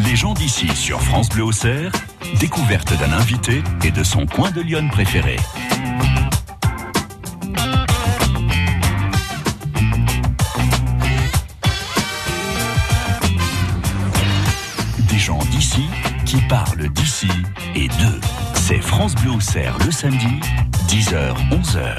Les gens d'ici sur France Bleu Auxerre, découverte d'un invité et de son coin de Lyon préféré. Des gens d'ici qui parlent d'ici et d'eux. C'est France Bleu Auxerre le samedi, 10h-11h.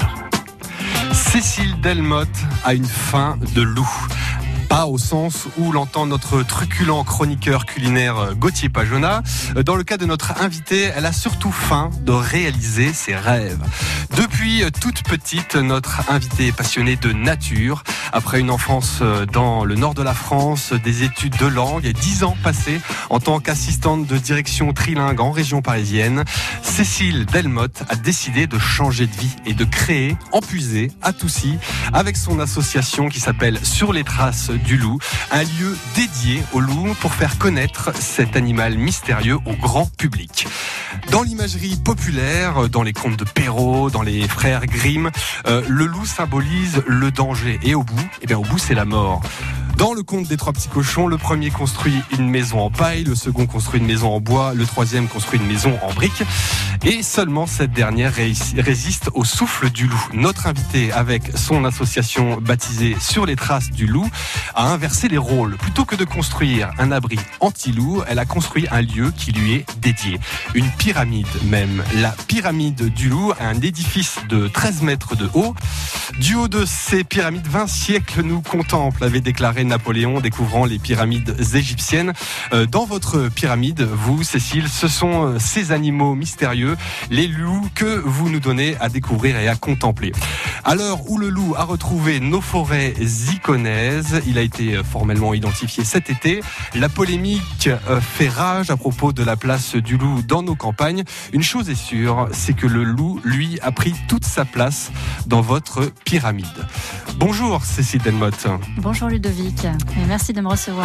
Cécile Delmotte a une faim de loup. Pas au sens où l'entend notre truculent chroniqueur culinaire Gauthier Pajona. Dans le cas de notre invitée, elle a surtout faim de réaliser ses rêves. Depuis toute petite, notre invitée est passionnée de nature. Après une enfance dans le nord de la France, des études de langue et 10 ans passés en tant qu'assistante de direction trilingue en région parisienne, Cécile Delmotte a décidé de changer de vie et de créer, en puiser, à Toucy, avec son association qui s'appelle Sur les traces du loup, un lieu dédié au loup pour faire connaître cet animal mystérieux au grand public. Dans l'imagerie populaire, dans les contes de Perrault, dans les frères Grimm, le loup symbolise le danger et au bout, c'est la mort. Dans le conte des trois petits cochons, le premier construit une maison en paille, le second construit une maison en bois, le troisième construit une maison en briques. Et seulement cette dernière résiste au souffle du loup. Notre invité, avec son association baptisée Sur les traces du loup, a inversé les rôles. Plutôt que de construire un abri anti-loup, elle a construit un lieu qui lui est dédié. Une pyramide même. La pyramide du loup, un édifice de 13 mètres de haut. Du haut de ces pyramides, 20 siècles nous contemplent, avait déclaré Napoléon, découvrant les pyramides égyptiennes. Dans votre pyramide, vous, Cécile, ce sont ces animaux mystérieux, les loups que vous nous donnez à découvrir et à contempler. À l'heure où le loup a retrouvé nos forêts iconaises, il a été formellement identifié cet été. La polémique fait rage à propos de la place du loup dans nos campagnes. Une chose est sûre, c'est que le loup, lui, a pris toute sa place dans votre pyramide. Bonjour Cécile Delmotte. Bonjour Ludovic, et merci de me recevoir.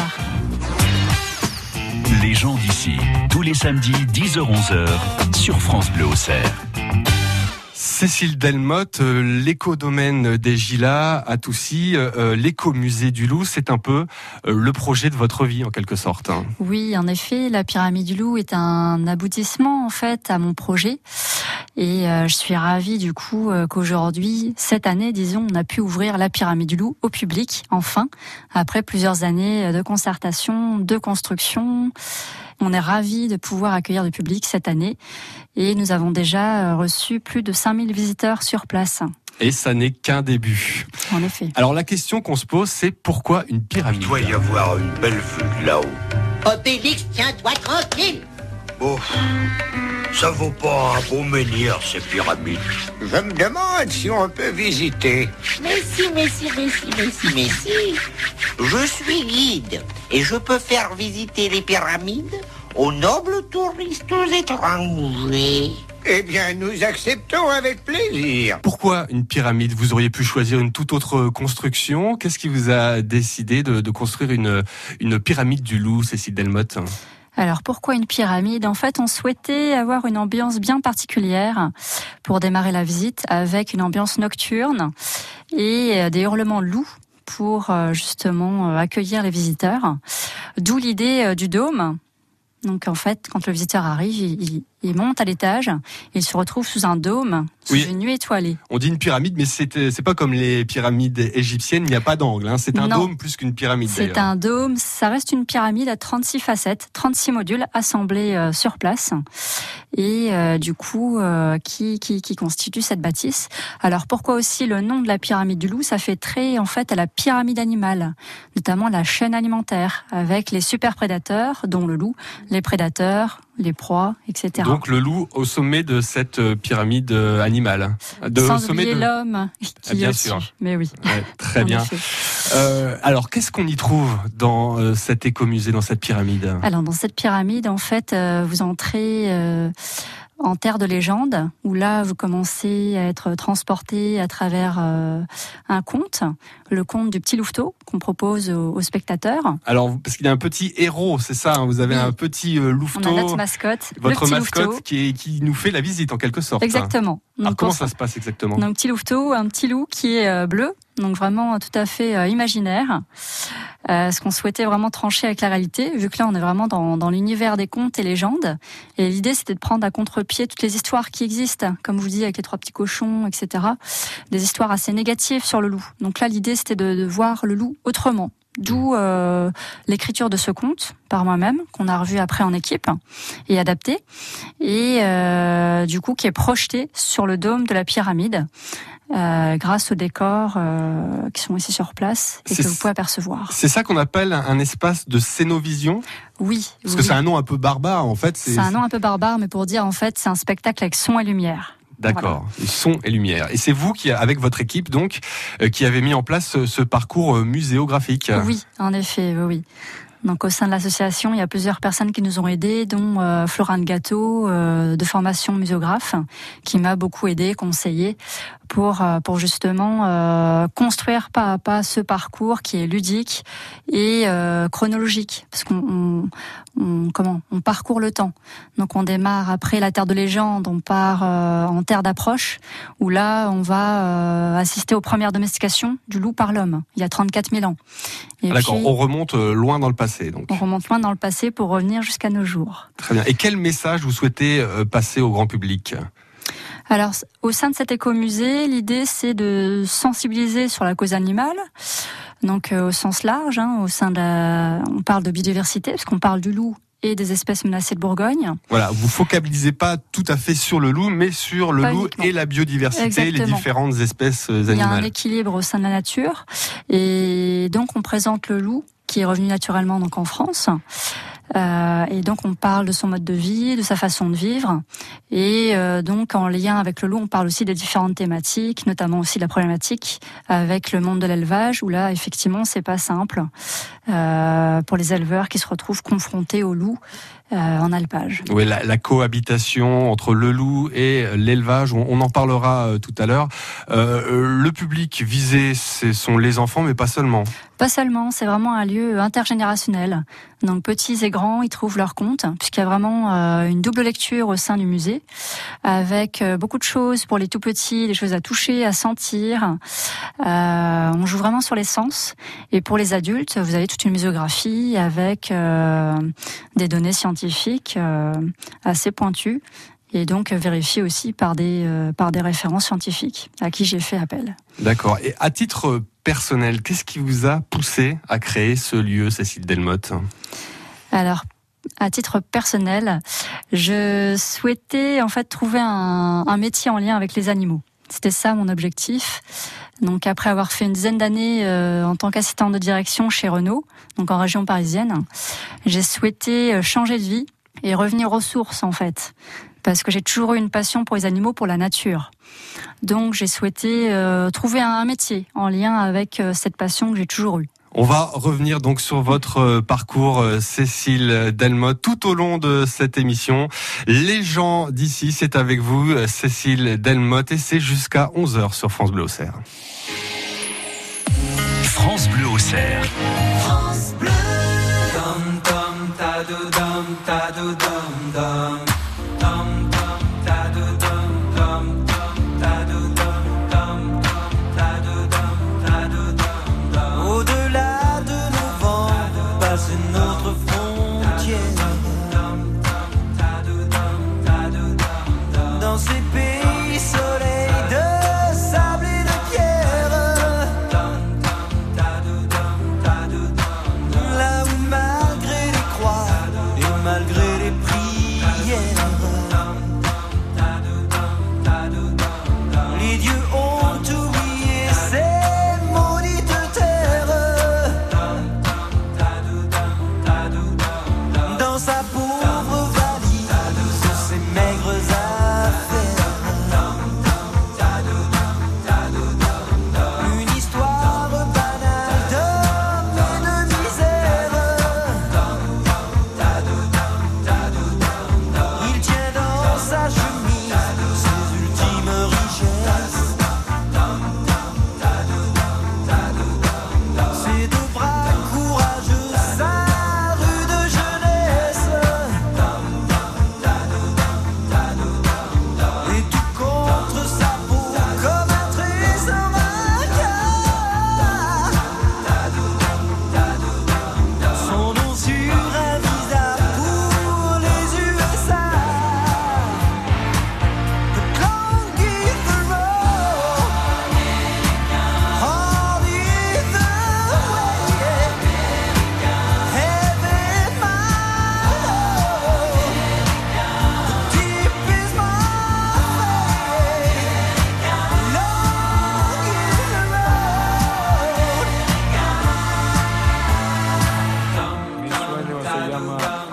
Les gens d'ici, tous les samedis 10h-11h sur France Bleu Auxerre. Cécile Delmotte, l'écodomaine des Gilas à Toucy, l'écomusée du loup, c'est un peu le projet de votre vie en quelque sorte. Oui, en effet, la pyramide du loup est un aboutissement en fait à mon projet. Et je suis ravie du coup qu'aujourd'hui, cette année, disons, on a pu ouvrir la pyramide du loup au public, enfin, après plusieurs années de concertation, de construction. On est ravis de pouvoir accueillir le public cette année et nous avons déjà reçu plus de 5000 visiteurs sur place. Et ça n'est qu'un début. En effet. Alors la question qu'on se pose, c'est pourquoi une pyramide ? Il doit y avoir une belle vue là-haut. Obélix, tiens-toi tranquille. Oh, ça vaut pas un beau menhir, ces pyramides. Je me demande si on peut visiter. Mais si. Je suis guide et je peux faire visiter les pyramides aux nobles touristes étrangers. Eh bien, nous acceptons avec plaisir. Pourquoi une pyramide ? Vous auriez pu choisir une toute autre construction. Qu'est-ce qui vous a décidé de construire une pyramide du loup, Cécile Delmotte ? Alors pourquoi une pyramide ? En fait, on souhaitait avoir une ambiance bien particulière pour démarrer la visite avec une ambiance nocturne et des hurlements de loups pour justement accueillir les visiteurs. D'où l'idée du dôme. Donc en fait, quand le visiteur arrive, il monte à l'étage, il se retrouve sous un dôme, sous une nuit étoilée. On dit une pyramide, mais c'est pas comme les pyramides égyptiennes, il n'y a pas d'angle. Hein. C'est un dôme plus qu'une pyramide d'ailleurs. C'est un dôme, ça reste une pyramide à 36 facettes, 36 modules assemblés sur place. Et du coup, qui constitue cette bâtisse. Alors pourquoi aussi le nom de la pyramide du loup ? Ça fait très en fait à la pyramide animale, notamment la chaîne alimentaire, avec les super prédateurs, dont le loup, les prédateurs, les proies, etc. Donc le loup au sommet de cette pyramide animale. Sans oublier l'homme qui bien aussi. sûr. Mais oui. Ouais, très bien. Alors qu'est-ce qu'on y trouve dans cet écomusée, dans cette pyramide ? Alors dans cette pyramide, en fait, vous entrez en terre de légende, où là, vous commencez à être transporté à travers un conte, le conte du petit louveteau qu'on propose aux spectateurs. Alors, parce qu'il y a un petit héros, c'est ça, hein, vous avez un petit louveteau. On a notre mascotte, votre le petit mascotte louveteau. qui nous fait la visite en quelque sorte. Exactement. Alors comment ça se passe exactement ? Donc petit louveteau, un petit loup qui est bleu, donc vraiment tout à fait imaginaire. Ce qu'on souhaitait vraiment trancher avec la réalité, vu que là on est vraiment dans l'univers des contes et légendes. Et l'idée c'était de prendre à contre-pied toutes les histoires qui existent, comme je vous dis avec les 3 petits cochons, etc. Des histoires assez négatives sur le loup. Donc là l'idée c'était de voir le loup autrement. D'où l'écriture de ce conte par moi-même, qu'on a revu après en équipe et adapté, et du coup qui est projeté sur le dôme de la pyramide grâce aux décors qui sont ici sur place et que vous pouvez apercevoir. C'est ça qu'on appelle un espace de scénovision ? Oui. Parce que c'est un nom un peu barbare en fait. C'est un nom un peu barbare, mais pour dire en fait c'est un spectacle avec son et lumière. D'accord, voilà. Son et lumière. Et c'est vous qui, avec votre équipe donc, qui avez mis en place ce parcours muséographique. Oui, en effet, oui. Donc au sein de l'association, il y a plusieurs personnes qui nous ont aidés, dont Florent Gâteau, de formation muséographe, qui m'a beaucoup aidé, conseillé pour justement construire pas à pas ce parcours qui est ludique et chronologique, parce qu'on parcourt le temps. Donc on démarre après la terre de légende, on part en terre d'approche, où là on va assister aux premières domestications du loup par l'homme, il y a 34 000 ans. Et d'accord, puis, on remonte loin dans le passé. Donc. On remonte loin dans le passé pour revenir jusqu'à nos jours. Très bien. Et quel message vous souhaitez passer au grand public ? Alors, au sein de cet écomusée, l'idée c'est de sensibiliser sur la cause animale, donc au sens large, au sein on parle de biodiversité, parce qu'on parle du loup et des espèces menacées de Bourgogne. Voilà, vous focalisez pas tout à fait sur le loup, mais sur le loup et la biodiversité, exactement. Les différentes espèces animales. Il y a un équilibre au sein de la nature, et donc on présente le loup qui est revenu naturellement donc en France. Et donc on parle de son mode de vie, de sa façon de vivre, et donc en lien avec le loup, on parle aussi des différentes thématiques, notamment aussi de la problématique avec le monde de l'élevage, où là effectivement c'est pas simple pour les éleveurs qui se retrouvent confrontés au loup en alpage. Oui, la cohabitation entre le loup et l'élevage, on en parlera tout à l'heure. Le public visé, ce sont les enfants, mais pas seulement. Pas seulement, c'est vraiment un lieu intergénérationnel. Donc petits et grands, ils trouvent leur compte, puisqu'il y a vraiment une double lecture au sein du musée, avec beaucoup de choses pour les tout petits, des choses à toucher, à sentir. On joue vraiment sur les sens. Et pour les adultes, vous avez toute une muséographie avec des données scientifiques assez pointues. Et donc vérifié aussi par des références scientifiques à qui j'ai fait appel. D'accord. Et à titre personnel, qu'est-ce qui vous a poussé à créer ce lieu, Cécile Delmotte ? Alors, à titre personnel, je souhaitais en fait trouver un métier en lien avec les animaux. C'était ça mon objectif. Donc après avoir fait une dizaine d'années en tant qu'assistante de direction chez Renault, donc en région parisienne, j'ai souhaité changer de vie et revenir aux sources en fait. Parce que j'ai toujours eu une passion pour les animaux, pour la nature. Donc j'ai souhaité trouver un métier en lien avec cette passion que j'ai toujours eue. On va revenir donc sur votre parcours, Cécile Delmotte, tout au long de cette émission. Les gens d'ici, c'est avec vous, Cécile Delmotte, et c'est jusqu'à 11h sur France Bleu Auxerre. France Bleu Auxerre. France Bleu. Dum dum ta do dum ta do dum dum.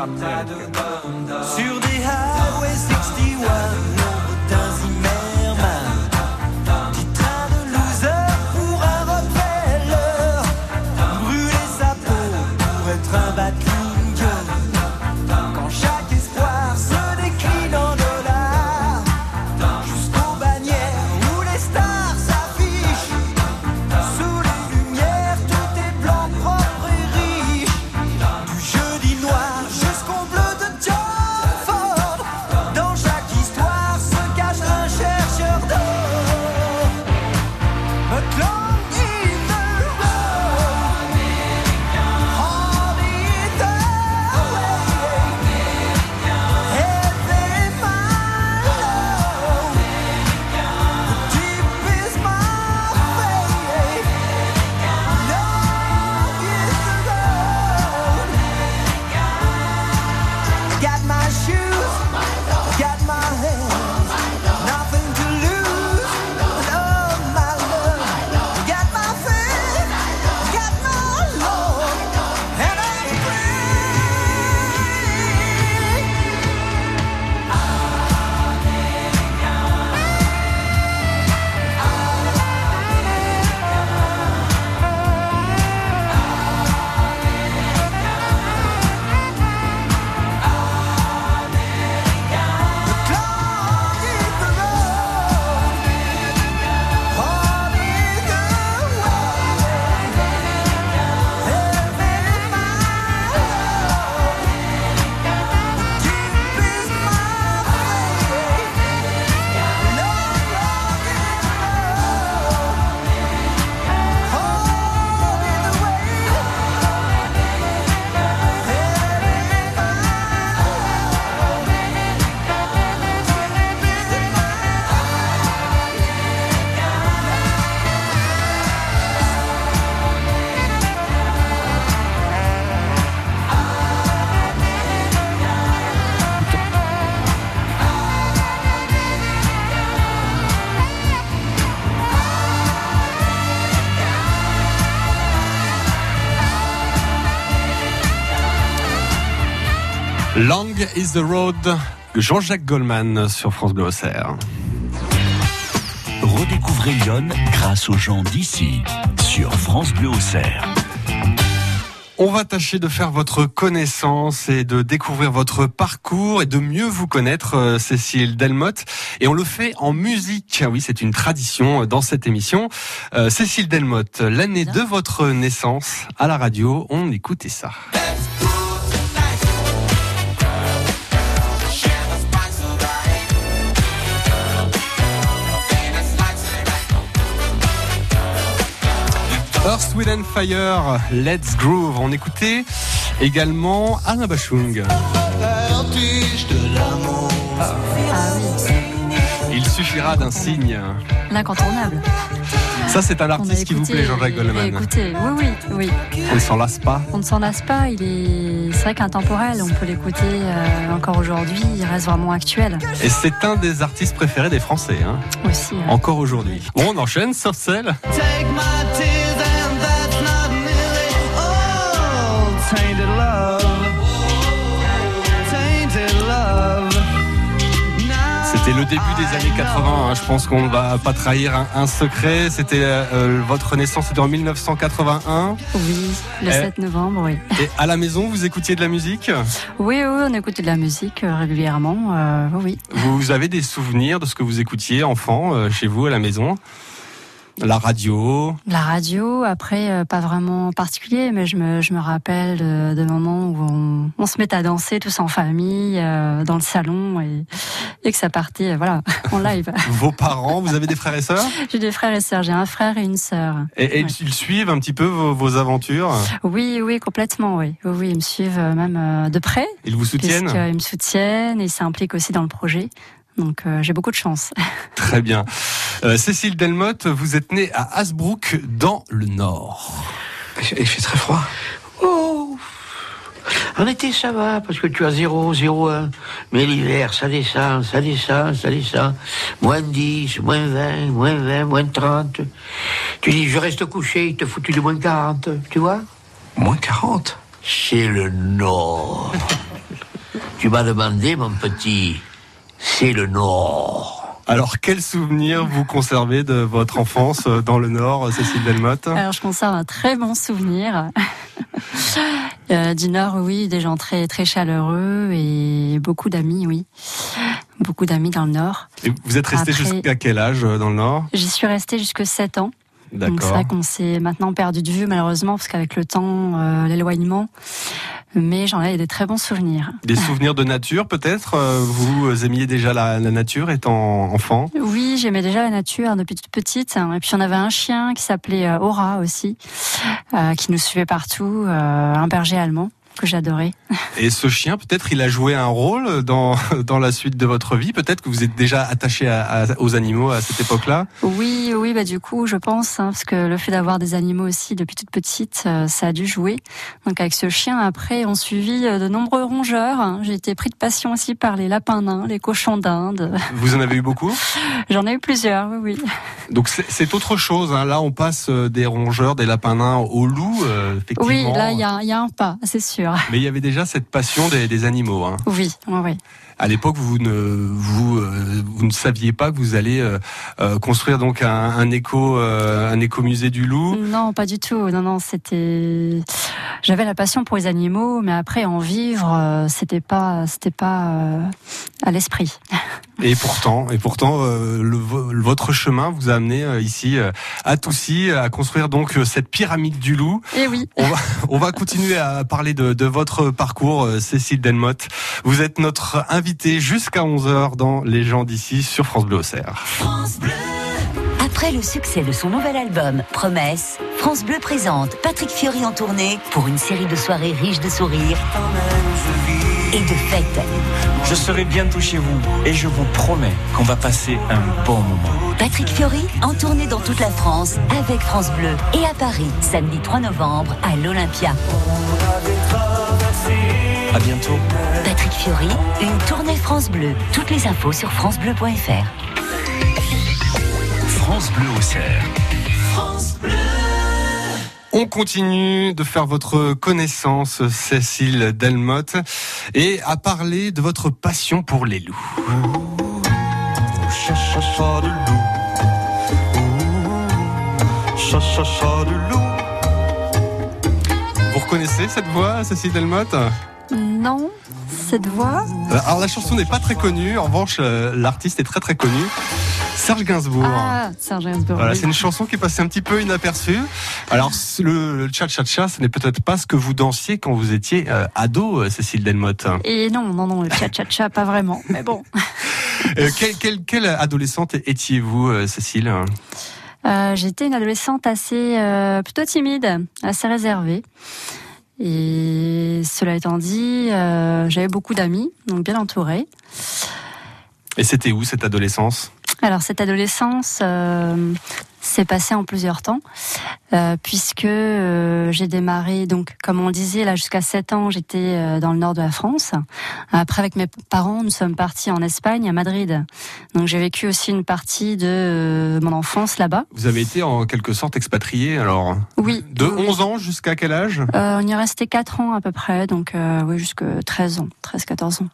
Sur des Highway 61, nombre d'un Zimmerman, petit train de loser pour un repeller, brûler sa peau pour être un bad lingo. Quand chaque espoir se décline en dollars, jusqu'aux bannières où les stars s'affichent, sous les lumières tout est blanc, propre et riche, du jeudi noir jusqu'au bleu de John Ford. Dans chaque histoire se cache un chercheur d'or. But long is the road, hard is the way, heavy my load, deep is my faith, long is the road. Got my shoes, got my hands, nothing to lose, oh my love. Got my faith, got my Lord, and I'm free. Long is the road, Jean-Jacques Goldman sur France Bleu Auxerre. Redécouvrez Lyon grâce aux gens d'ici sur France Bleu Auxerre. On va tâcher de faire votre connaissance et de découvrir votre parcours et de mieux vous connaître, Cécile Delmotte. Et on le fait en musique. Oui, c'est une tradition dans cette émission. Cécile Delmotte, l'année de votre naissance à la radio, on écoutait ça. Earth, Wind and Fire, Let's Groove. On écoutait également Alain Bachung. Il suffira d'un signe. L'incontournable. Ça, c'est un artiste qui vous plaît, Jean-Jacques Goldman. Écoutez, oui. On ne s'en lasse pas. On ne s'en lasse pas. C'est vrai qu'intemporel. On peut l'écouter encore aujourd'hui. Il reste vraiment actuel. Et c'est un des artistes préférés des Français. Hein. Aussi. Ouais. Encore aujourd'hui. Bon, on enchaîne, Soft Cell. Take my tears and that's not nearly all. Tainted love. Tainted love. C'était le début des années 80, hein. Je pense qu'on ne va pas trahir un secret. C'était votre naissance, c'était en 1981. Oui, le 7 novembre, oui. Et à la maison, vous écoutiez de la musique ? Oui, on écoutait de la musique régulièrement, oui. Vous avez des souvenirs de ce que vous écoutiez enfant chez vous à la maison ? La radio. La radio, après, pas vraiment particulier, mais je me rappelle de moments où on se mettait à danser tous en famille, dans le salon, et que ça partait, voilà, en live. Vos parents, vous avez des frères et sœurs ? J'ai des frères et sœurs, j'ai un frère et une sœur. Et ouais. Ils suivent un petit peu vos aventures ? Oui, complètement, oui. Oui, ils me suivent même de près. Ils vous soutiennent ? Ils me soutiennent et s'impliquent aussi dans le projet. Donc j'ai beaucoup de chance. Très bien. Cécile Delmotte, vous êtes née à Hasbrouck dans le Nord. Il fait très froid. Oh, en été ça va parce que tu as 0, 0,1. Mais l'hiver ça descend. Moins 10, moins 20, moins 30. Tu dis je reste couché, il te foutu de moins 40, tu vois ? Moins 40 ? C'est le Nord. Tu m'as demandé, mon petit, c'est le Nord. Alors, quel souvenir vous conservez de votre enfance dans le Nord, Cécile Delmotte ? Alors, je conserve un très bon souvenir. Du Nord, oui, des gens très, très chaleureux et beaucoup d'amis, oui. Beaucoup d'amis dans le Nord. Et vous êtes resté jusqu'à quel âge dans le Nord ? J'y suis restée jusque 7 ans. D'accord. Donc c'est vrai qu'on s'est maintenant perdu de vue malheureusement parce qu'avec le temps, l'éloignement, mais j'en ai des très bons souvenirs. Des souvenirs de nature peut-être ? Vous aimiez déjà la nature étant enfant ? Oui, j'aimais déjà la nature depuis toute petite. Et puis on avait un chien qui s'appelait Aura aussi, qui nous suivait partout, un berger allemand que j'adorais. Et ce chien, peut-être, il a joué un rôle dans la suite de votre vie. Peut-être que vous êtes déjà attaché aux animaux à cette époque-là. Oui, bah du coup, je pense, parce que le fait d'avoir des animaux aussi depuis toute petite, ça a dû jouer. Donc avec ce chien, après, on suivit de nombreux rongeurs. J'ai été pris de passion aussi par les lapins nains, les cochons d'Inde. Vous en avez eu beaucoup ? J'en ai eu plusieurs, oui. Donc c'est autre chose. Hein. Là, on passe des rongeurs, des lapins nains aux loups, effectivement. Oui, là, il y a un pas, c'est sûr. Mais il y avait déjà cette passion des animaux. Hein. Oui. À l'époque, vous ne saviez pas que vous allez construire donc un écomusée du loup. Non, pas du tout. Non, j'avais la passion pour les animaux, mais après en vivre, c'était pas à l'esprit. Et pourtant, votre chemin vous a amené ici à Toucy à construire donc cette pyramide du loup. Et oui. On va continuer à parler de votre parcours, Cécile Delmotte. Vous êtes notre invitée jusqu'à 11h dans Les gens d'ici sur France Bleu Auxerre. France Bleu. Après le succès de son nouvel album Promesse, France Bleu présente Patrick Fiori en tournée pour une série de soirées riches de sourires et de fêtes. Je serai bientôt chez vous et je vous promets qu'on va passer un bon moment. Patrick Fiori en tournée dans toute la France avec France Bleu et à Paris, samedi 3 novembre à l'Olympia. À bientôt. Patrick Fiori, une tournée France Bleu. Toutes les infos sur francebleu.fr. France Bleu Auxerre. France Bleu. On continue de faire votre connaissance, Cécile Delmotte, et à parler de votre passion pour les loups. Cha-cha-cha de loup. Cha-cha-cha de loup. Vous reconnaissez cette voix, Cécile Delmotte ? Non, cette voix. Alors la chanson n'est pas très connue, en revanche l'artiste est très très connu. Serge Gainsbourg. Ah, Serge Gainsbourg. Voilà, c'est une chanson qui est passée un petit peu inaperçue. Alors le cha-cha-cha, ce n'est peut-être pas ce que vous dansiez quand vous étiez ado, Cécile Delmotte. Et non, le cha-cha-cha, pas vraiment, mais bon. Quelle adolescente étiez-vous, Cécile ? J'étais une adolescente assez plutôt timide, assez réservée. Et cela étant dit, j'avais beaucoup d'amis, donc bien entourée. Et c'était où cette adolescence ? Alors cette adolescence s'est passée en plusieurs temps, puisque j'ai démarré, donc comme on le disait, là jusqu'à 7 ans, j'étais dans le nord de la France. Après, avec mes parents, nous sommes partis en Espagne, à Madrid. Donc j'ai vécu aussi une partie de mon enfance là-bas. Vous avez été en quelque sorte expatriée, alors ? Oui. De 11 ans jusqu'à quel âge ? On y est resté 4 ans à peu près, donc oui, jusqu'à 13-14 ans.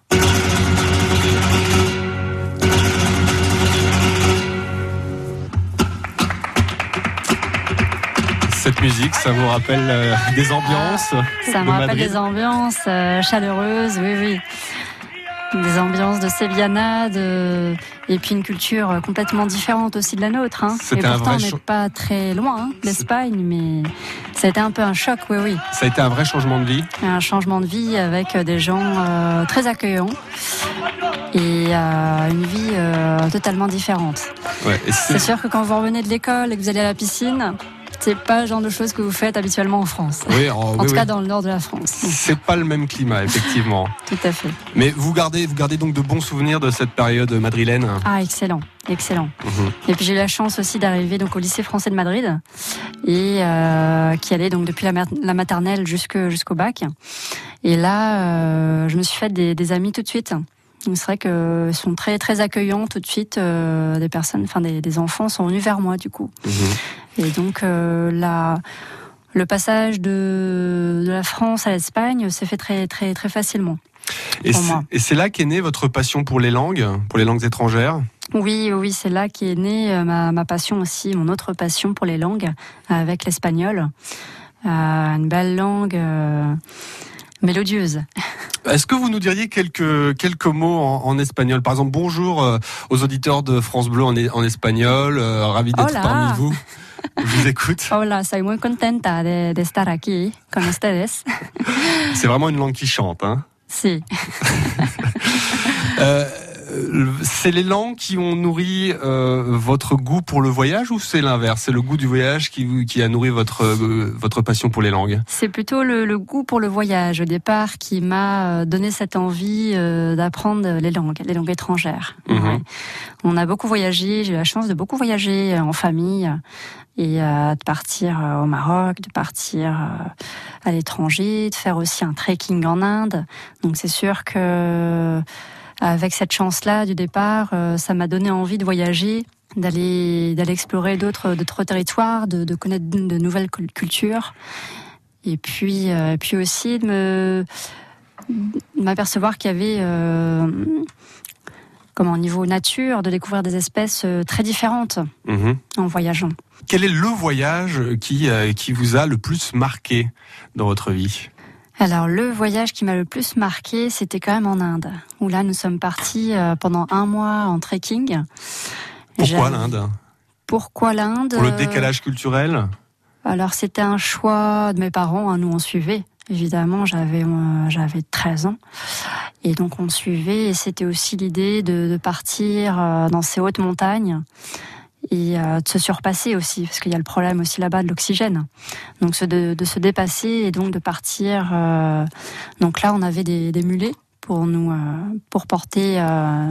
Cette musique, ça vous rappelle des ambiances ? Ça me rappelle des ambiances chaleureuses, oui. Des ambiances de Sevillana, et puis une culture complètement différente aussi de la nôtre. Hein. Et pourtant, on n'est pas très loin d'Espagne, mais ça a été un peu un choc, oui. Ça a été un vrai changement de vie ? Un changement de vie avec des gens très accueillants et une vie totalement différente. Ouais, c'est sûr que quand vous revenez de l'école et que vous allez à la piscine, c'est pas le genre de choses que vous faites habituellement en France. Oui, en tout cas dans le nord de la France. C'est pas le même climat, effectivement. Tout à fait. Mais vous gardez donc de bons souvenirs de cette période madrilène ? Ah, excellent. Et puis j'ai eu la chance aussi d'arriver donc au lycée français de Madrid et qui allait donc depuis la maternelle jusqu'au bac. Et là, je me suis fait des amis tout de suite. Donc c'est vrai qu'ils sont très très accueillants tout de suite. Des personnes, des enfants sont venus vers moi du coup. Et donc le Le passage de la France à l'Espagne s'est fait très, très, très facilement. Et c'est là qu'est née votre passion pour les langues étrangères? Oui, c'est là qu'est née ma passion aussi, mon autre passion pour les langues, avec l'espagnol. Une belle langue mélodieuse. Est-ce que vous nous diriez quelques mots en espagnol? Par exemple, bonjour aux auditeurs de France Bleu en espagnol, ravi d'être parmi vous. Je vous écoute. Hola, soy muy contenta de estar aquí con ustedes. C'est vraiment une langue qui chante, hein? Si. C'est les langues qui ont nourri votre goût pour le voyage, ou c'est l'inverse? C'est le goût du voyage qui a nourri votre passion pour les langues? C'est plutôt le goût pour le voyage au départ qui m'a donné cette envie d'apprendre les langues étrangères. Ouais. On a beaucoup voyagé, j'ai eu la chance de beaucoup voyager en famille et de partir au Maroc, de partir à l'étranger, de faire aussi un trekking en Inde. Donc c'est sûr que avec cette chance-là du départ, ça m'a donné envie de voyager, d'aller explorer d'autres territoires, de connaître de nouvelles cultures, et puis aussi de m'apercevoir qu'il y avait, au niveau nature, de découvrir des espèces très différentes en voyageant. Quel est le voyage qui vous a le plus marqué dans votre vie? Alors, le voyage qui m'a le plus marqué, c'était quand même en Inde, où là, nous sommes partis pendant 1 mois en trekking. Pourquoi l'Inde? Pourquoi l'Inde? Pour le décalage culturel? Alors, c'était un choix de mes parents, nous on suivait. Évidemment, j'avais 13 ans. Et donc, on suivait, et c'était aussi l'idée de partir dans ces hautes montagnes. Et de se surpasser aussi, parce qu'il y a le problème aussi là-bas de l'oxygène. Donc de se dépasser et donc de partir. Donc là, on avait des mulets pour porter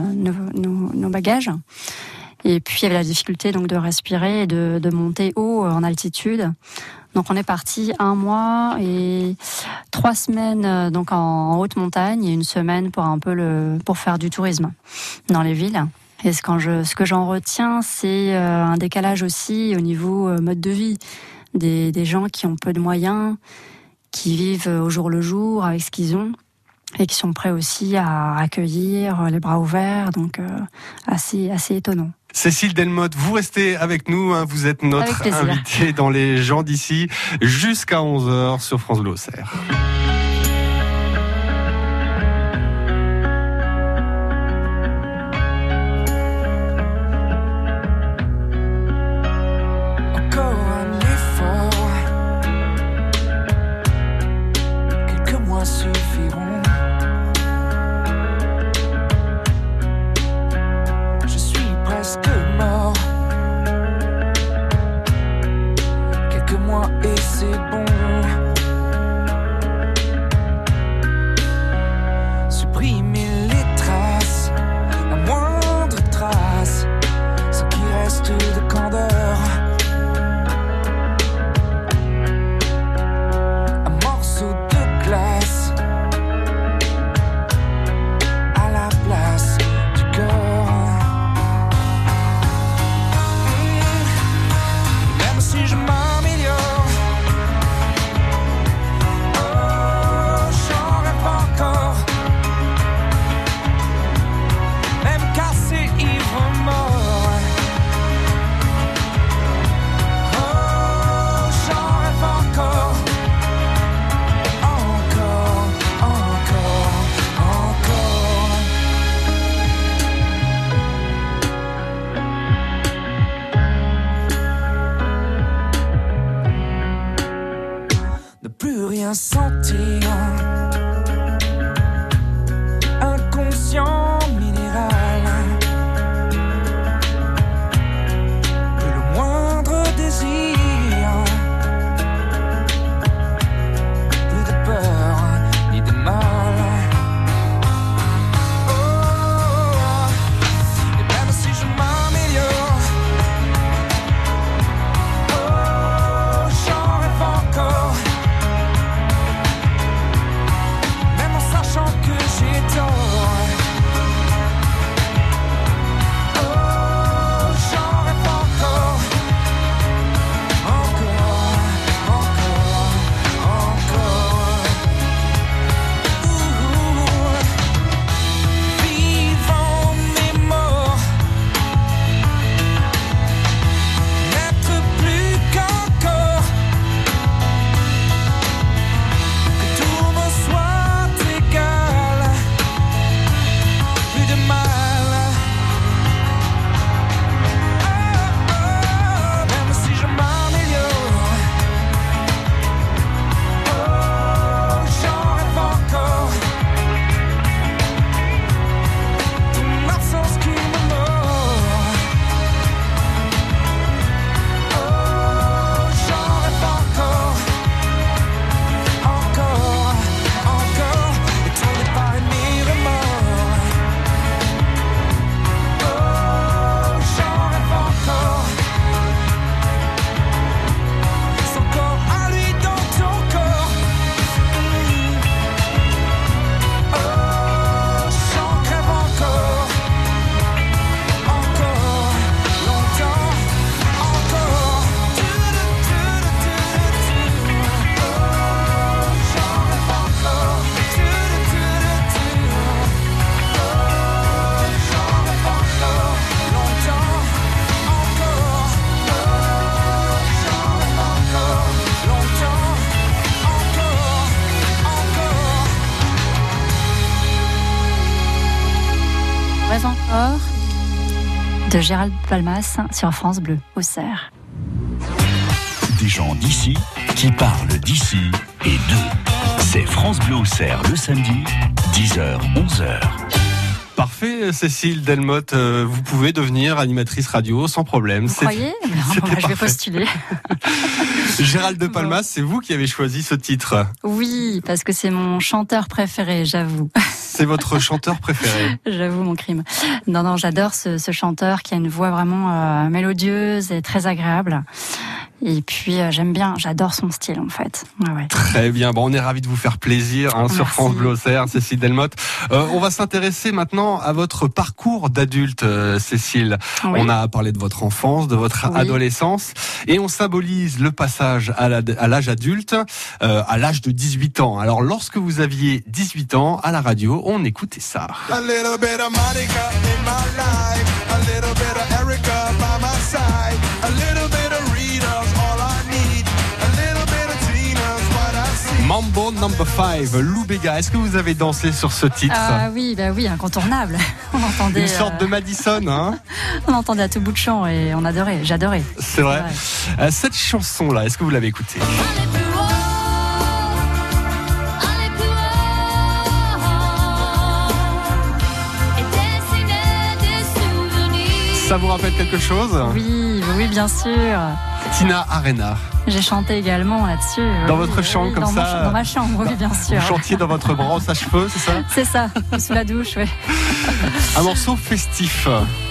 nos bagages. Et puis il y avait la difficulté donc de respirer et de monter haut en altitude. Donc on est parti 1 mois et 3 semaines donc en haute montagne et 1 semaine pour faire du tourisme dans les villes. Et ce que j'en retiens, c'est un décalage aussi au niveau mode de vie. Des gens qui ont peu de moyens, qui vivent au jour le jour avec ce qu'ils ont, et qui sont prêts aussi à accueillir les bras ouverts, donc assez étonnant. Cécile Delmotte, vous restez avec nous, vous êtes notre invitée dans Les gens d'ici, jusqu'à 11h sur France Bleu Auxerre. Et c'est bon. Rêve encore de Gérald Palmas sur France Bleu, Auxerre. Des gens d'ici qui parlent d'ici et d'eux. C'est France Bleu Auxerre le samedi, 10h, 11h. Parfait, Cécile Delmotte, vous pouvez devenir animatrice radio sans problème. Vous croyez ? Je vais postuler. Gérald Palmas, c'est vous qui avez choisi ce titre. Oui, parce que c'est mon chanteur préféré, j'avoue. C'est votre chanteur préféré. J'avoue mon crime. Non, j'adore ce chanteur qui a une voix vraiment mélodieuse et très agréable. Et puis j'adore son style en fait. Ouais. Très bien, on est ravis de vous faire plaisir sur France Bleu Auxerre, Cécile Delmotte. On va s'intéresser maintenant à votre parcours d'adulte, Cécile. Oui. On a parlé de votre enfance, de votre adolescence, et on symbolise le passage à l'âge adulte, à l'âge de 18 ans. Alors lorsque vous aviez 18 ans, à la radio, on écoutait ça. A little bit of Monica in my life, a little bit of Erica by my side, a little bit of Rita's all I need, a little bit of Tina's what I see. Mambo number 5, Lou Béga. Est-ce que vous avez dansé sur ce titre ? Ah oui, incontournable. On entendait une sorte de Madison, hein. On entendait à tout bout de champ et on adorait, j'adorais. C'est vrai. Cette chanson-là, est-ce que vous l'avez écoutée ? Ça vous rappelle quelque chose ? Oui, bien sûr. Tina Arena. J'ai chanté également là-dessus. Dans votre chambre, comme ça ? Dans ma chambre, oui, bien sûr. Vous chantiez dans votre brosse à cheveux, c'est ça ? C'est ça, sous la douche, oui. Un morceau festif.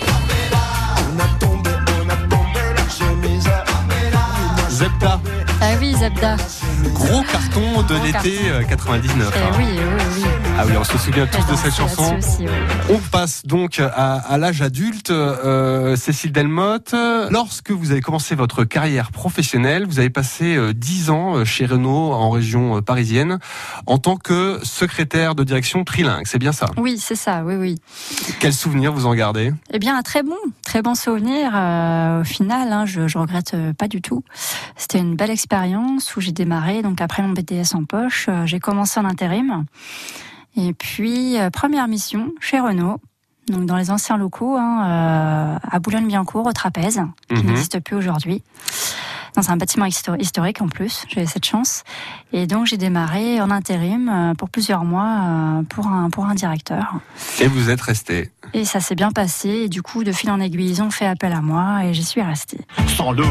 Zebda. Ah oui, Zebda. Gros carton de l'été 99. Oui. Ah oui, on se souvient tous de cette chanson. Aussi, oui. On passe donc à l'âge adulte. Cécile Delmotte, lorsque vous avez commencé votre carrière professionnelle, vous avez passé 10 ans chez Renault en région parisienne en tant que secrétaire de direction trilingue. C'est bien ça ? Oui, c'est ça, oui. Quel souvenir vous en gardez ? Eh bien, un très bon souvenir. Au final, je regrette pas du tout. C'était une belle expérience où j'ai démarré, donc après mon BTS en poche, j'ai commencé en intérim. Et puis, première mission chez Renault, donc dans les anciens locaux, à Boulogne-Billancourt, au Trapèze, qui n'existe plus aujourd'hui. Dans un bâtiment historique en plus, j'ai cette chance. Et donc j'ai démarré en intérim pour plusieurs mois pour un directeur. Et vous êtes resté ? Et ça s'est bien passé. Et du coup, de fil en aiguille, ils ont fait appel à moi et j'y suis restée. Sans l'eau,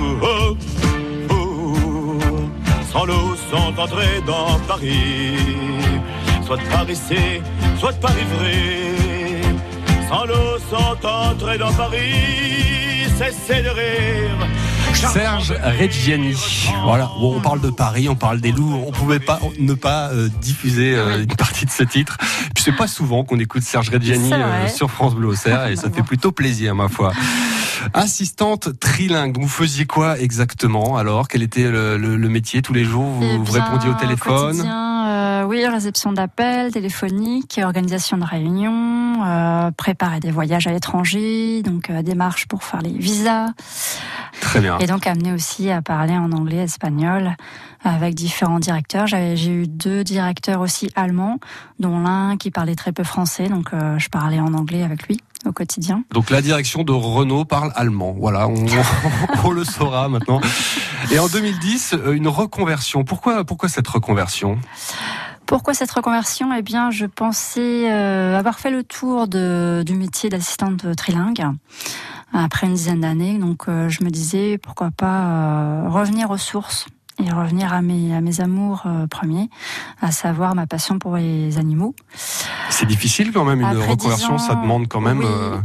sans l'eau, sans entrer dans Paris. Soit de Paris C, soit de Paris vrai. Sans l'eau, sans entrer dans Paris. Cessez de rire. Serge Reggiani. Voilà, on parle de Paris, on parle des loups, on pouvait pas ne pas diffuser une partie de ce titre. Puis c'est pas souvent qu'on écoute Serge Reggiani sur France Bleu Auxerre et ça fait plutôt plaisir, ma foi. Assistante trilingue, vous faisiez quoi exactement alors ? Quel était le métier tous les jours ? Vous répondiez au téléphone ? Oui, réception d'appels téléphoniques, organisation de réunions, préparer des voyages à l'étranger, donc démarches pour faire les visas. Très bien. Et donc amener aussi à parler en anglais, espagnol, avec différents directeurs. J'ai eu 2 directeurs aussi allemands, dont l'un qui parlait très peu français, donc je parlais en anglais avec lui au quotidien. Donc la direction de Renault parle allemand, voilà, on le saura maintenant. Et en 2010, une reconversion. Pourquoi cette reconversion ? Pourquoi cette reconversion ? Eh bien, je pensais avoir fait le tour du métier d'assistante trilingue après une dizaine d'années. Donc, je me disais, pourquoi pas revenir aux sources et revenir à mes amours premiers, à savoir ma passion pour les animaux. C'est difficile quand même, une reconversion, ça demande quand même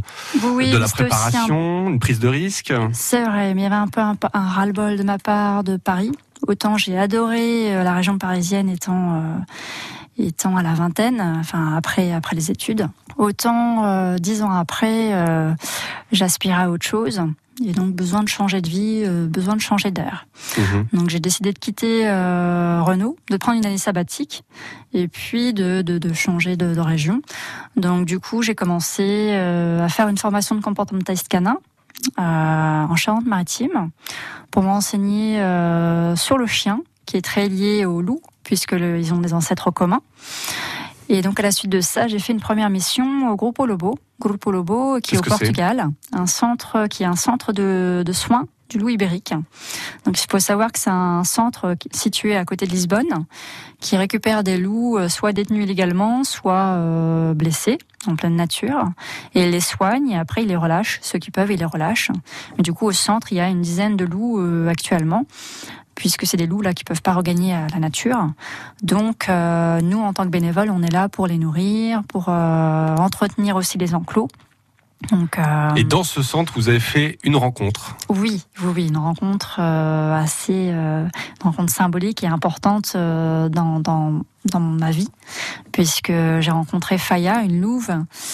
de la préparation, une prise de risque. C'est vrai, mais il y avait un peu un ras-le-bol de ma part de Paris. Autant j'ai adoré la région parisienne étant à la vingtaine, enfin après les études. Autant 10 ans après, j'aspirais à autre chose. Et donc besoin de changer de vie, besoin de changer d'air. Donc j'ai décidé de quitter Renault, de prendre une année sabbatique et puis de changer de région. Donc du coup j'ai commencé à faire une formation de comportementaliste canin en Charente-Maritime pour m'enseigner sur le chien qui est très lié au loup puisque ils ont des ancêtres communs. Et donc à la suite de ça, j'ai fait une première mission au Grupo Lobo, qui est au Portugal, un centre de soins du loup ibérique. Donc il faut savoir que c'est un centre situé à côté de Lisbonne qui récupère des loups soit détenus illégalement, soit blessés en pleine nature, et il les soigne et après il les relâche, ceux qui peuvent ils les relâchent. Mais du coup au centre il y a une dizaine de loups actuellement, puisque c'est des loups là qui peuvent pas regagner à la nature. Donc nous en tant que bénévoles on est là pour les nourrir, pour entretenir aussi les enclos. Donc, et dans ce centre, vous avez fait une rencontre. Oui, une rencontre une rencontre symbolique et importante dans ma vie, puisque j'ai rencontré Faya, une louve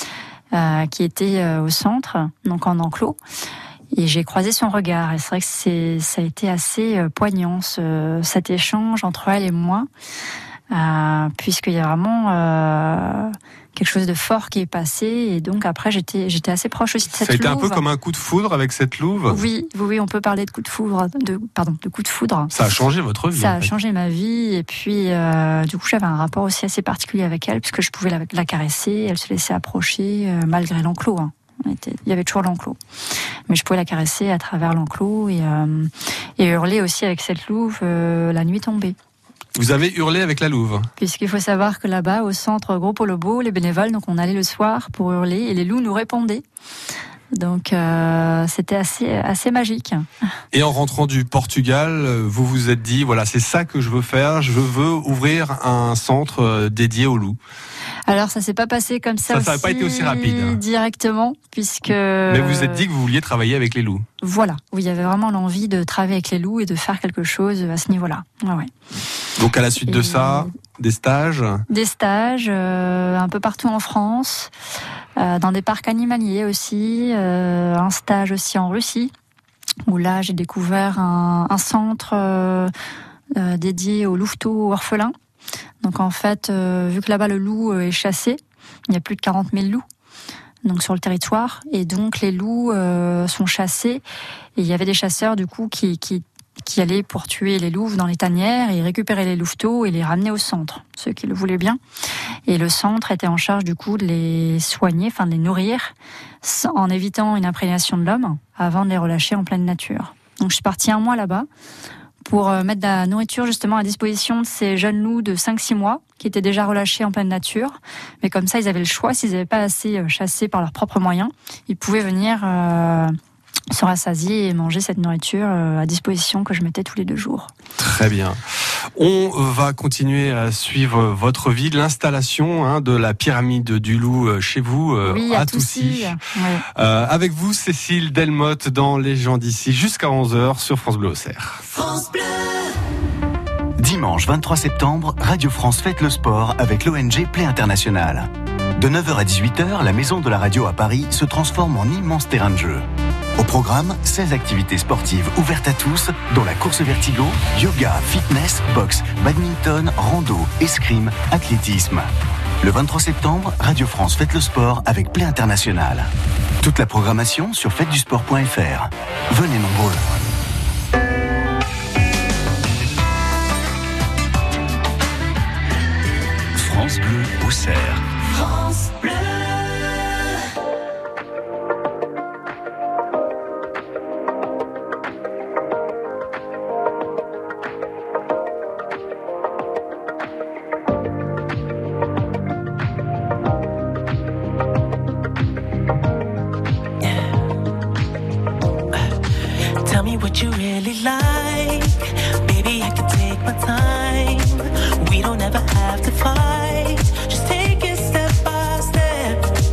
qui était au centre, donc en enclos, et j'ai croisé son regard. Et c'est vrai que ça a été assez poignant cet échange entre elle et moi, puisqu'il y a vraiment quelque chose de fort qui est passé, et donc après j'étais assez proche aussi de cette louve. Ça a été un peu comme un coup de foudre avec cette louve. Oui, on peut parler de coup de foudre, de coup de foudre. Ça a changé votre vie. Ça a changé ma vie, et puis du coup j'avais un rapport aussi assez particulier avec elle, puisque je pouvais la caresser, elle se laissait approcher malgré l'enclos. Il y avait toujours l'enclos, mais je pouvais la caresser à travers l'enclos et hurler aussi avec cette louve la nuit tombée. Vous avez hurlé avec la louve. Puisqu'il faut savoir que là-bas, au centre Grupo Lobo, les bénévoles, donc on allait le soir pour hurler et les loups nous répondaient. Donc c'était assez magique. Et en rentrant du Portugal, vous vous êtes dit, voilà, c'est ça que je veux faire, je veux ouvrir un centre dédié aux loups. Alors ça s'est pas passé comme ça. Ça n'a pas été aussi rapide. Directement, puisque. Mais vous vous êtes dit que vous vouliez travailler avec les loups. Voilà, oui, il y avait vraiment l'envie de travailler avec les loups et de faire quelque chose à ce niveau-là. Ouais. Donc à la suite de ça, des stages. Des stages un peu partout en France, dans des parcs animaliers aussi, un stage aussi en Russie, où là j'ai découvert un centre dédié aux louveteaux orphelins. Donc en fait, vu que là-bas le loup est chassé, il y a plus de 40 000 loups donc sur le territoire, et donc les loups sont chassés, et il y avait des chasseurs du coup qui allaient pour tuer les louves dans les tanières et récupérer les louveteaux et les ramener au centre, ceux qui le voulaient bien. Et le centre était en charge du coup de les soigner, enfin de les nourrir, en évitant une imprégnation de l'homme avant de les relâcher en pleine nature. Donc je suis partie 1 mois là-bas pour mettre de la nourriture justement à disposition de ces jeunes loups de 5-6 mois qui étaient déjà relâchés en pleine nature. Mais comme ça, ils avaient le choix, s'ils n'avaient pas assez chassé par leurs propres moyens, ils pouvaient venir se rassasier et manger cette nourriture à disposition que je mettais tous les 2 jours. Très bien. On va continuer à suivre votre vie, l'installation de la pyramide du loup chez vous, à Toucy. Oui. Avec vous, Cécile Delmotte, dans Les gens d'ici, jusqu'à 11h sur France Bleu Auxerre. France Bleu. Dimanche 23 septembre, Radio France fête le sport avec l'ONG Play International. De 9h à 18h, la Maison de la Radio à Paris se transforme en immense terrain de jeu. Au programme, 16 activités sportives ouvertes à tous, dont la course vertigo, yoga, fitness, boxe, badminton, rando, escrime, athlétisme. Le 23 septembre, Radio France fête le sport avec Play International. Toute la programmation sur fêtedusport.fr. Venez nombreux. France Bleu Auxerre. France Bleu. Tell me what you really like. Baby, I can take my time. We don't ever have to fight. Just take it step by step.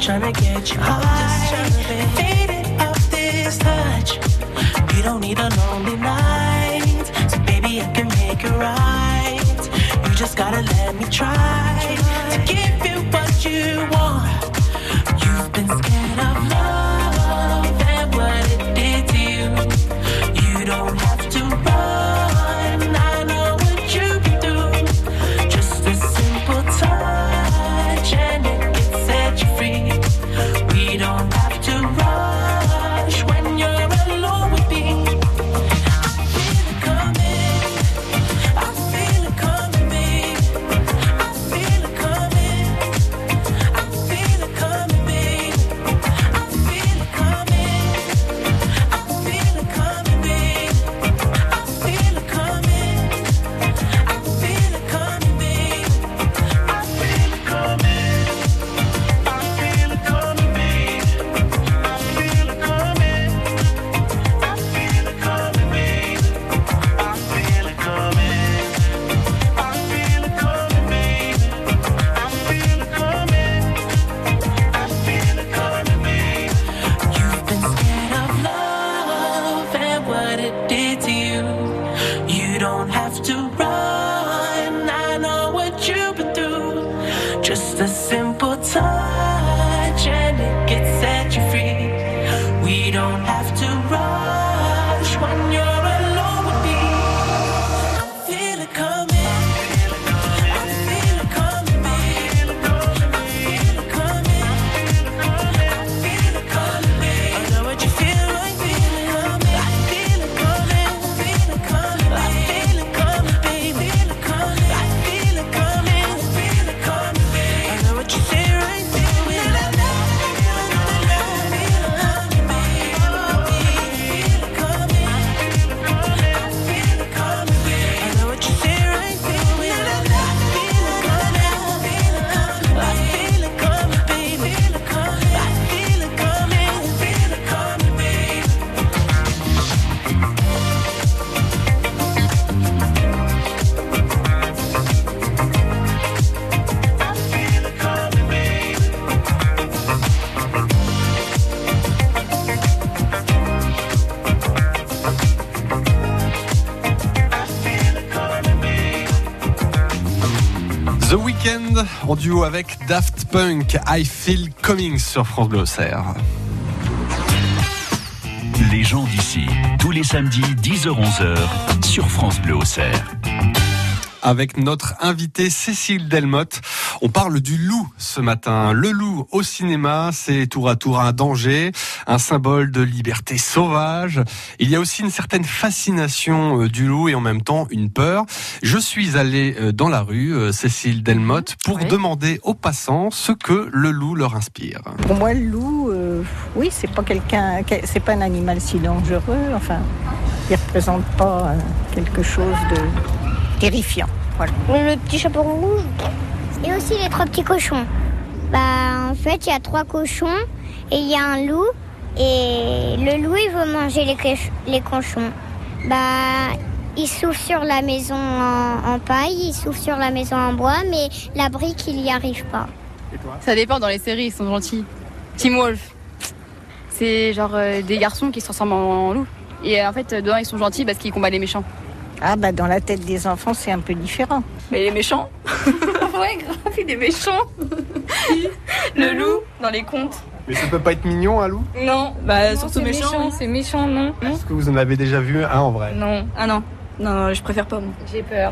tryna get you high. Faded off this touch. You don't need a lonely night, so baby I can make it right. You just gotta let me try to give you what you want. You've been scared of love and what it did to you. You don't have to run, I know what you can do. Just a simple touch and it can set you free. We don't have to rush when you're alone with me. I feel it coming, I feel it coming, babe. I feel it coming, I feel it coming, babe. I feel it coming, I feel it coming, babe. I feel it coming, I feel it coming, babe. I feel it coming, I feel it coming, babe. I feel it coming, I feel it coming, babe. I feel it coming, I feel it coming, babe. I feel it coming, I feel it coming, babe. You've been scared of love and what it did to you. You don't have to run, I know what you've been through. Just a simple touch and it can set you free. We don't have to rush when you're alone with me. I feel it coming, I feel it coming, babe. I feel it coming, I feel it coming, babe. I know what you feel like, feel it coming. I feel it coming, feel it coming, I feel it coming, babe. Feel it coming, I feel it coming, feel it coming, babe. I know what you feel right, feel it. The Weeknd en duo avec Daft Punk, I Feel Coming sur France Bleu Auxerre. Les gens d'ici, tous les samedis 10h-11h sur France Bleu Auxerre. Avec notre invitée Cécile Delmotte, on parle du loup ce matin. Le loup au cinéma, c'est tour à tour un danger, un symbole de liberté sauvage. Il y a aussi une certaine fascination du loup et en même temps une peur. Je suis allé dans la rue, Cécile Delmotte, pour demander aux passants ce que le loup leur inspire. Pour moi, le loup, oui, c'est pas un animal si dangereux. Enfin, il représente pas quelque chose de terrifiant. Voilà. Le petit chaperon rouge. Et aussi les 3 petits cochons. En fait, il y a 3 cochons et il y a un loup. Et le loup, il veut manger les cochons. Il souffle sur la maison en paille, il souffle sur la maison en bois, mais la brique, il n'y arrive pas. Et toi ? Ça dépend, dans les séries, ils sont gentils. Team Wolf. C'est genre des garçons qui se transforment en loup. Et en fait, dedans, ils sont gentils parce qu'ils combattent les méchants. Dans la tête des enfants, c'est un peu différent. Mais les méchants. Ouais, grave, il est méchant. Le loup, dans les contes. Mais ça peut pas être mignon, un loup ? Non, surtout méchant. C'est méchant, non. Est-ce que vous en avez déjà vu un en vrai ? Non. Ah non. Non, je préfère pas, moi. J'ai peur.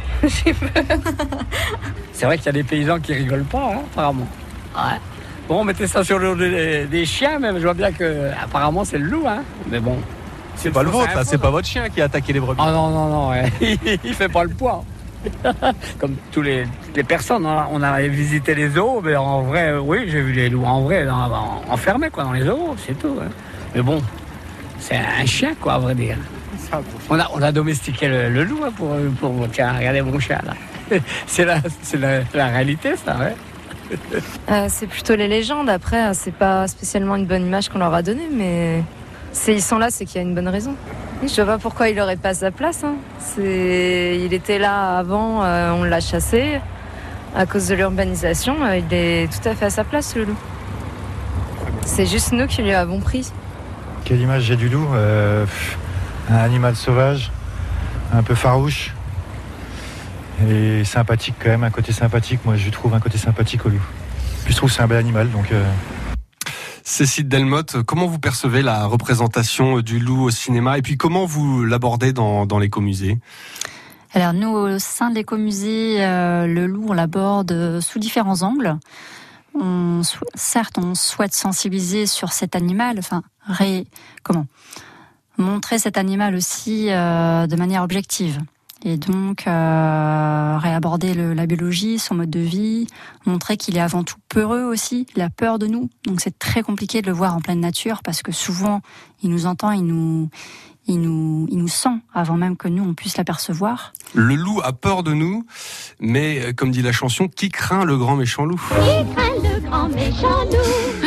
C'est vrai qu'il y a des paysans qui rigolent pas, apparemment. Ouais. Bon, on mettait ça sur le dos des chiens, même. Je vois bien que, apparemment, c'est le loup, Mais bon. C'est pas le vôtre, là. C'est pas votre chien qui a attaqué les brebis. Ah non, ouais. Il fait pas le poids. Comme toutes les personnes, on a visité les zoos, mais en vrai, oui, j'ai vu les loups en vrai, enfermés, dans les zoos, c'est tout. Mais bon, c'est un chien, à vrai dire. On a domestiqué le loup, pour tiens, regardez mon chien, là. C'est la réalité, ça, ouais. C'est plutôt les légendes. Après, c'est pas spécialement une bonne image qu'on leur a donnée, mais s'ils sont là, c'est qu'il y a une bonne raison. Je vois pas pourquoi il n'aurait pas sa place. Il était là avant, on l'a chassé. À cause de l'urbanisation, il est tout à fait à sa place, le loup. C'est juste nous qui lui avons pris. Quelle image j'ai du loup un animal sauvage, un peu farouche et sympathique quand même, un côté sympathique. Moi, je trouve un côté sympathique au loup. Puis je trouve que c'est un bel animal, donc... Cécile Delmotte, comment vous percevez la représentation du loup au cinéma et puis comment vous l'abordez dans l'écomusée ? Alors nous, au sein de l'écomusée, le loup, on l'aborde sous différents angles. Certes, on souhaite sensibiliser sur cet animal, montrer cet animal aussi de manière objective. Et donc, réaborder la biologie, son mode de vie, montrer qu'il est avant tout peureux aussi, il a peur de nous. Donc c'est très compliqué de le voir en pleine nature parce que souvent, il nous entend, il nous sent avant même que nous, on puisse l'apercevoir. Le loup a peur de nous, mais comme dit la chanson, qui craint le grand méchant loup ? Qui craint le grand méchant loup ?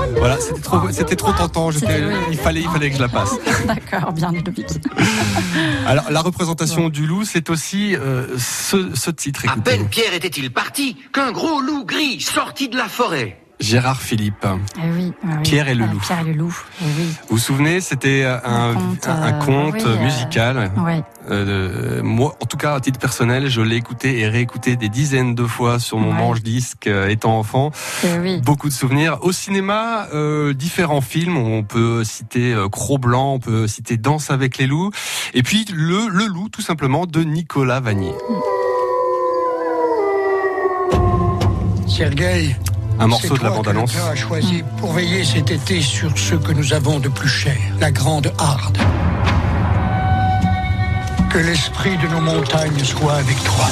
Voilà, c'était trop tentant, il fallait que je la passe. D'accord, bien Ludovic. Alors, la représentation du loup, c'est aussi ce titre. À peine Pierre était-il parti qu'un gros loup gris sortit de la forêt. Gérard Philippe. Oui. Pierre et le loup. Pierre et le loup. Oui. Vous vous souvenez, c'était un conte musical. Oui. Moi, en tout cas, à titre personnel, je l'ai écouté et réécouté des dizaines de fois sur mon manche-disque étant enfant. Oui. Beaucoup de souvenirs. Au cinéma, différents films. On peut citer Cro-Blanc, on peut citer Danse avec les loups. Et puis le loup, tout simplement, de Nicolas Vanier. Sergueï. Un morceau de la bande-annonce. C'est toi que le père a choisi pour veiller cet été sur ce que nous avons de plus cher, la grande harde. Que l'esprit de nos montagnes soit avec toi.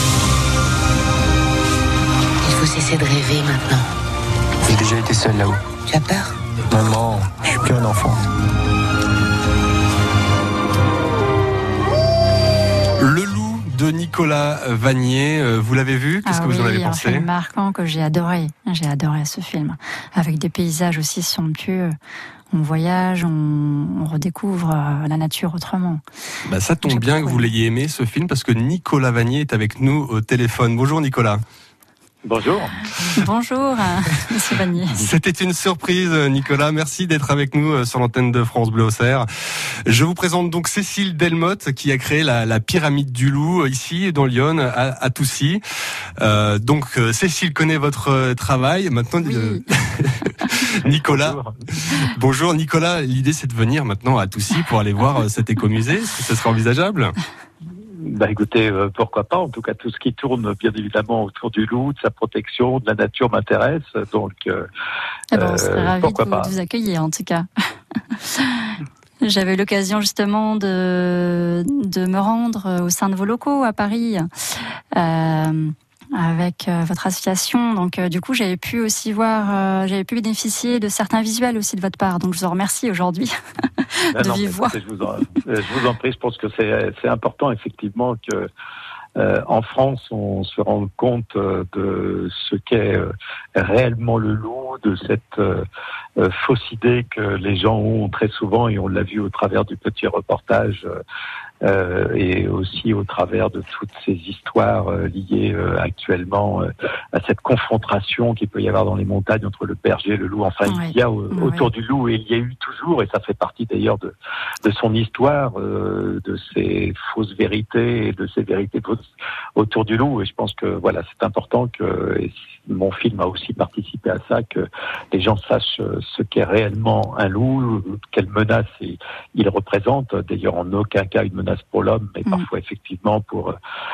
Il faut cesser de rêver maintenant. J'ai déjà été seul là-haut. Tu as peur ? Maman, je suis qu'un enfant. Le loup de Nicolas Vanier, vous l'avez vu ? Qu'est-ce que vous en avez pensé ? Un film marquant que j'ai adoré. J'ai adoré ce film. Avec des paysages aussi somptueux. On voyage, on redécouvre la nature autrement. Ça tombe bien que vous l'ayez aimé ce film parce que Nicolas Vanier est avec nous au téléphone. Bonjour Nicolas. Bonjour. Bonjour, Monsieur Vanier. C'était une surprise, Nicolas. Merci d'être avec nous sur l'antenne de France Bleu Auxerre. Je vous présente donc Cécile Delmotte qui a créé la pyramide du loup ici dans Lyon, à Toussy. Donc Cécile connaît votre travail. Maintenant, oui. Nicolas. Bonjour Nicolas. L'idée c'est de venir maintenant à Toussy pour aller voir cet écomusée. Est-ce que ça serait envisageable ? Écoutez, pourquoi pas. En tout cas, tout ce qui tourne, bien évidemment, autour du loup, de sa protection, de la nature m'intéresse. Donc, on serait ravis de vous accueillir, en tout cas. J'avais l'occasion, justement, de me rendre au sein de vos locaux à Paris, avec votre association. Donc, du coup, j'avais pu bénéficier de certains visuels aussi de votre part. Donc, je vous en remercie aujourd'hui de vive voix. Je vous en prie. Je pense que c'est important, effectivement, que en France, on se rende compte de ce qu'est réellement le loup, de cette fausse idée que les gens ont très souvent, et on l'a vu au travers du petit reportage, et aussi au travers de toutes ces histoires liées actuellement à cette confrontation qu'il peut y avoir dans les montagnes entre le berger et le loup. Enfin, il y a autour du loup, et il y a eu toujours, et ça fait partie d'ailleurs de son histoire, de ses fausses vérités et de ses vérités autour du loup. Et je pense que voilà, c'est important et mon film a aussi participé à ça, que les gens sachent ce qu'est réellement un loup, quelle menace il représente. D'ailleurs, en aucun cas une menace pour l'homme, mais parfois effectivement pour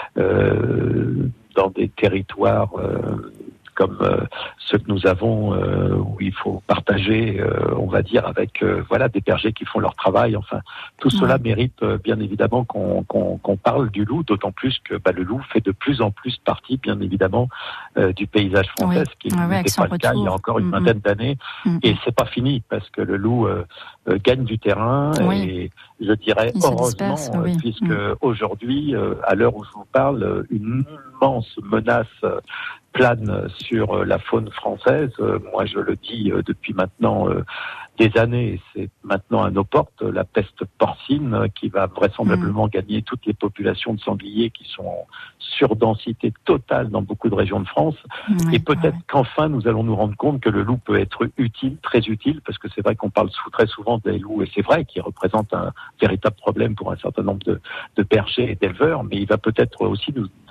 dans des territoires comme ceux que nous avons, où il faut partager, on va dire, avec des bergers qui font leur travail. Enfin, tout cela mérite bien évidemment qu'on parle du loup, d'autant plus que le loup fait de plus en plus partie, bien évidemment, du paysage français, ce qui n'était pas le cas il y a encore une vingtaine d'années. Et c'est pas fini, parce que le loup gagne du terrain, et je dirais heureusement, puisque aujourd'hui, à l'heure où je vous parle, une immense menace plane sur la faune française. Moi, je le dis depuis maintenant des années, c'est maintenant à nos portes, la peste porcine qui va vraisemblablement gagner toutes les populations de sangliers qui sont en surdensité totale dans beaucoup de régions de France. Et peut-être qu'enfin nous allons nous rendre compte que le loup peut être utile, très utile, parce que c'est vrai qu'on parle très souvent des loups, et c'est vrai qu'ils représentent un véritable problème pour un certain nombre de bergers et d'éleveurs, mais il va peut-être aussi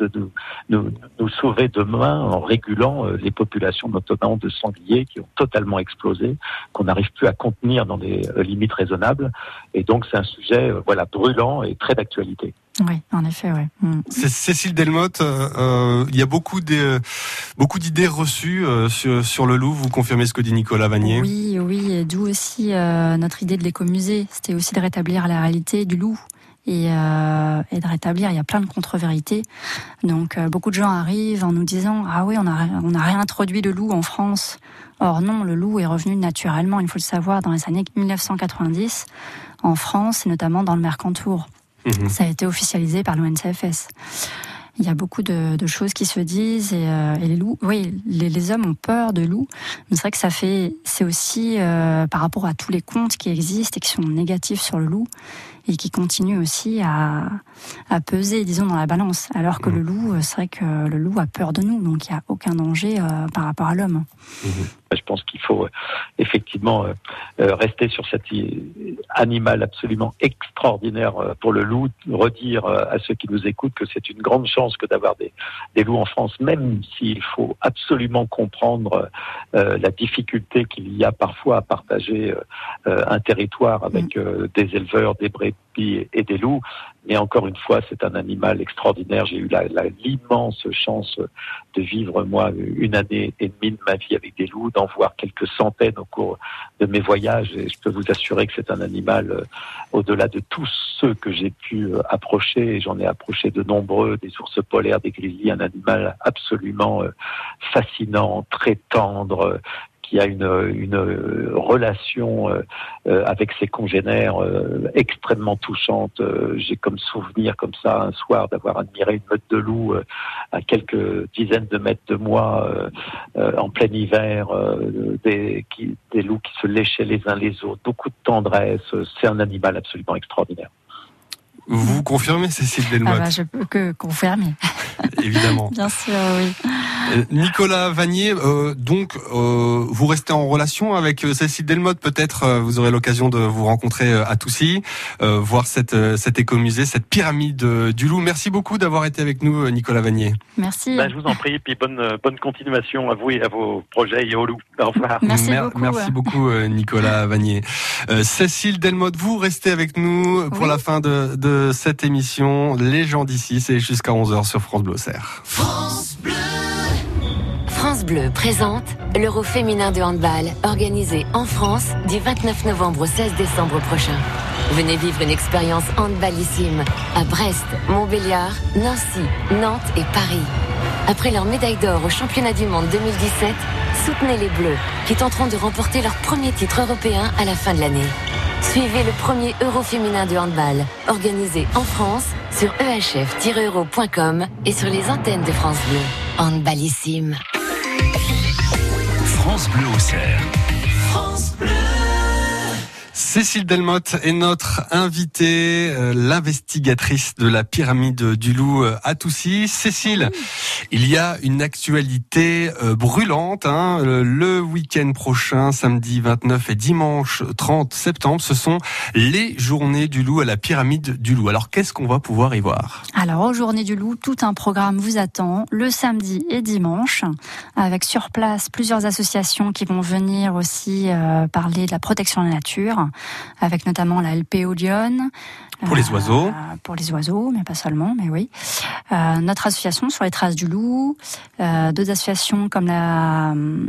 nous sauver demain en régulant les populations notamment de sangliers qui ont totalement explosé, qu'on n'arrive plus à contenir dans des limites raisonnables. Et donc c'est un sujet brûlant et très d'actualité. Oui, en effet, oui. Cécile Delmotte, il y a beaucoup d'idées reçues sur le loup. Vous confirmez ce que dit Nicolas Vanier ? Oui, et d'où aussi notre idée de l'écomusée. C'était aussi de rétablir la réalité du loup. Et de rétablir, il y a plein de contre-vérités. Donc beaucoup de gens arrivent en nous disant ah oui, on a réintroduit le loup en France. Or non, le loup est revenu naturellement, il faut le savoir, dans les années 1990 en France et notamment dans le Mercantour. Ça a été officialisé par l'ONCFS. Il y a beaucoup de choses qui se disent et les loups, oui, les hommes ont peur de loups. Mais c'est vrai que c'est aussi par rapport à tous les contes qui existent et qui sont négatifs sur le loup et qui continuent aussi à peser, disons, dans la balance. Alors que le loup, c'est vrai que le loup a peur de nous, donc il n'y a aucun danger par rapport à l'homme. Je pense qu'il faut effectivement rester sur cet animal absolument extraordinaire pour le loup, redire à ceux qui nous écoutent que c'est une grande chance que d'avoir des loups en France, même s'il faut absolument comprendre la difficulté qu'il y a parfois à partager un territoire avec des éleveurs, des brebis et des loups. Mais encore une fois, c'est un animal extraordinaire. J'ai eu l'immense chance de vivre, moi, 1 année et demie de ma vie avec des loups, d'en voir quelques centaines au cours de mes voyages. Et je peux vous assurer que c'est un animal, au-delà de tous ceux que j'ai pu approcher, et j'en ai approché de nombreux, des ours polaires, des grizzlies, un animal absolument fascinant, très tendre, qui a une relation avec ses congénères extrêmement touchante. J'ai comme souvenir, comme ça, un soir, d'avoir admiré une meute de loups à quelques dizaines de mètres de moi, en plein hiver, des loups qui se léchaient les uns les autres, beaucoup de tendresse. C'est un animal absolument extraordinaire. Vous confirmez, Cécile Delmotte ? Je peux que confirmer. Évidemment. Bien sûr, oui. Nicolas Vanier, vous restez en relation avec Cécile Delmotte. Peut-être vous aurez l'occasion de vous rencontrer à Toussy, voir cet écomusée, cette pyramide du loup. Merci beaucoup d'avoir été avec nous, Nicolas Vanier. Merci. Je vous en prie, puis bonne continuation à vous et à vos projets et au loup. Au revoir. Merci beaucoup, Nicolas Vanier. Cécile Delmotte, vous restez avec nous pour la fin de cette émission. Les gens d'ici, c'est jusqu'à 11h sur France Bleu Auxerre. France Bleu. France Bleu présente l'Euro féminin de handball, organisé en France du 29 novembre au 16 décembre prochain. Venez vivre une expérience handballissime à Brest, Montbéliard, Nancy, Nantes et Paris. Après leur médaille d'or au championnat du monde 2017, soutenez les Bleus qui tenteront de remporter leur premier titre européen à la fin de l'année. Suivez le premier Euro féminin de handball, organisé en France sur ehf-euro.com et sur les antennes de France Bleu. Handballissime. France Bleu Auxerre. France Bleu. Cécile Delmotte est notre invitée, l'investigatrice de la pyramide du loup à Toussy. Cécile, il y a une actualité brûlante. Le week-end prochain, samedi 29 et dimanche 30 septembre, ce sont les Journées du loup à la pyramide du loup. Alors, qu'est-ce qu'on va pouvoir y voir ? Alors, aux Journées du loup, tout un programme vous attend le samedi et dimanche, avec sur place plusieurs associations qui vont venir aussi parler de la protection de la nature, avec notamment la LPO Lyon. Pour les oiseaux. Pour les oiseaux, mais pas seulement, mais oui. Notre association sur les traces du loup, d'autres associations comme la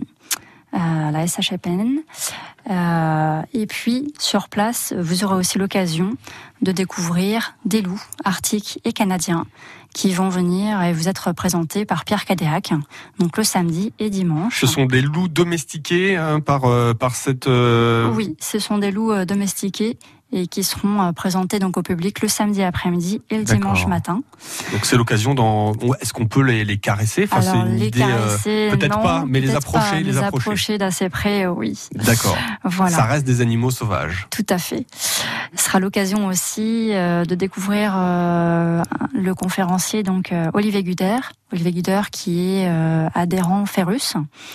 SHPN. Et puis, sur place, vous aurez aussi l'occasion de découvrir des loups arctiques et canadiens qui vont venir et vous être présentés par Pierre Cadéac, donc le samedi et dimanche. Ce sont des loups domestiqués par cette... Oui, ce sont des loups domestiqués et qui seront présentés donc au public le samedi après-midi et le dimanche matin. Donc c'est l'occasion est-ce qu'on peut les caresser? Enfin, alors, c'est une les idée, caresser, peut-être non, pas, mais les approcher, les approcher d'assez près, oui. D'accord. Voilà. Ça reste des animaux sauvages. Tout à fait. Ce sera l'occasion aussi de découvrir le conférencier donc Olivier Guder qui est adhérent Ferrus.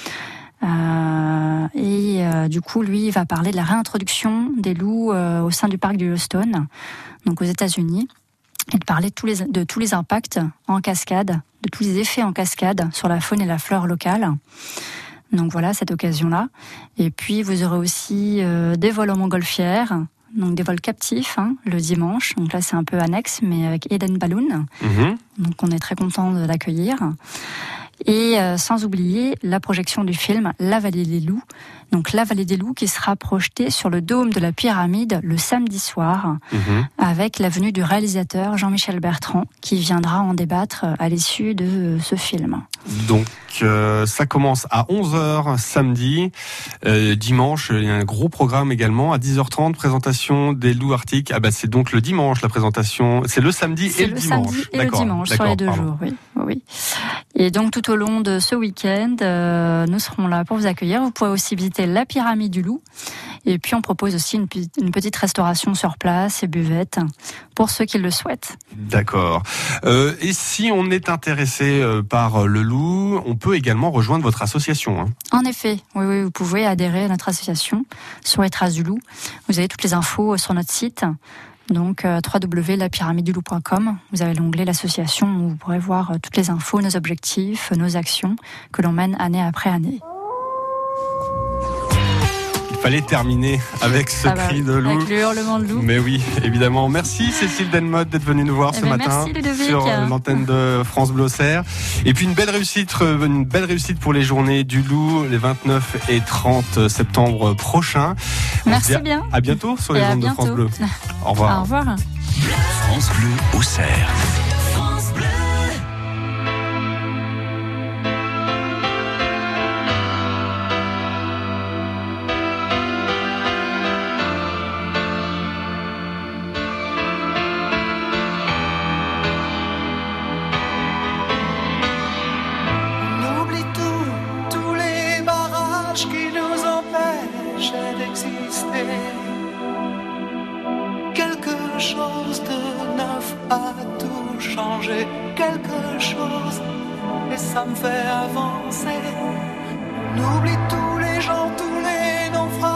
Du coup, lui, il va parler de la réintroduction des loups au sein du parc du Yellowstone, donc aux États-Unis, et de parler de tous les impacts en cascade, de tous les effets en cascade sur la faune et la flore locale. Donc voilà, cette occasion-là. Et puis, vous aurez aussi des vols en montgolfière, donc des vols captifs, le dimanche. Donc là, c'est un peu annexe, mais avec Eden Balloon. Donc on est très content de l'accueillir. Et sans oublier la projection du film La Vallée des Loups. Donc La Vallée des Loups qui sera projetée sur le dôme de la pyramide le samedi soir, avec la venue du réalisateur Jean-Michel Bertrand qui viendra en débattre à l'issue de ce film. Donc ça commence à 11h samedi. Dimanche, il y a un gros programme également à 10h30, présentation des loups arctiques. C'est donc le dimanche la présentation. C'est le samedi et le dimanche. Samedi et le dimanche sur les 2 jours, oui. Et donc tout au long de ce week-end, nous serons là pour vous accueillir. Vous pourrez aussi visiter la pyramide du loup. Et puis on propose aussi une petite restauration sur place et buvette pour ceux qui le souhaitent. D'accord. Et si on est intéressé par le loup, on peut également rejoindre votre association. En effet, oui, vous pouvez adhérer à notre association sur les traces du loup. Vous avez toutes les infos sur notre site. Donc www.lapyramideduloup.com, vous avez l'onglet l'association où vous pourrez voir toutes les infos, nos objectifs, nos actions que l'on mène année après année. Il fallait terminer avec ce cri de loup. Avec le hurlement de loup. Mais oui, évidemment. Merci Cécile Delmotte d'être venue nous voir ce matin sur l'antenne de France Bleu Auxerre. Et puis une belle réussite pour les journées du loup, les 29 et 30 septembre prochains. Merci bien. À bientôt sur les ondes de France Bleu. Au revoir. Au revoir. France Bleu Auxerre. Quelque chose et ça me fait avancer. On oublie tous les gens, tous les naufrages.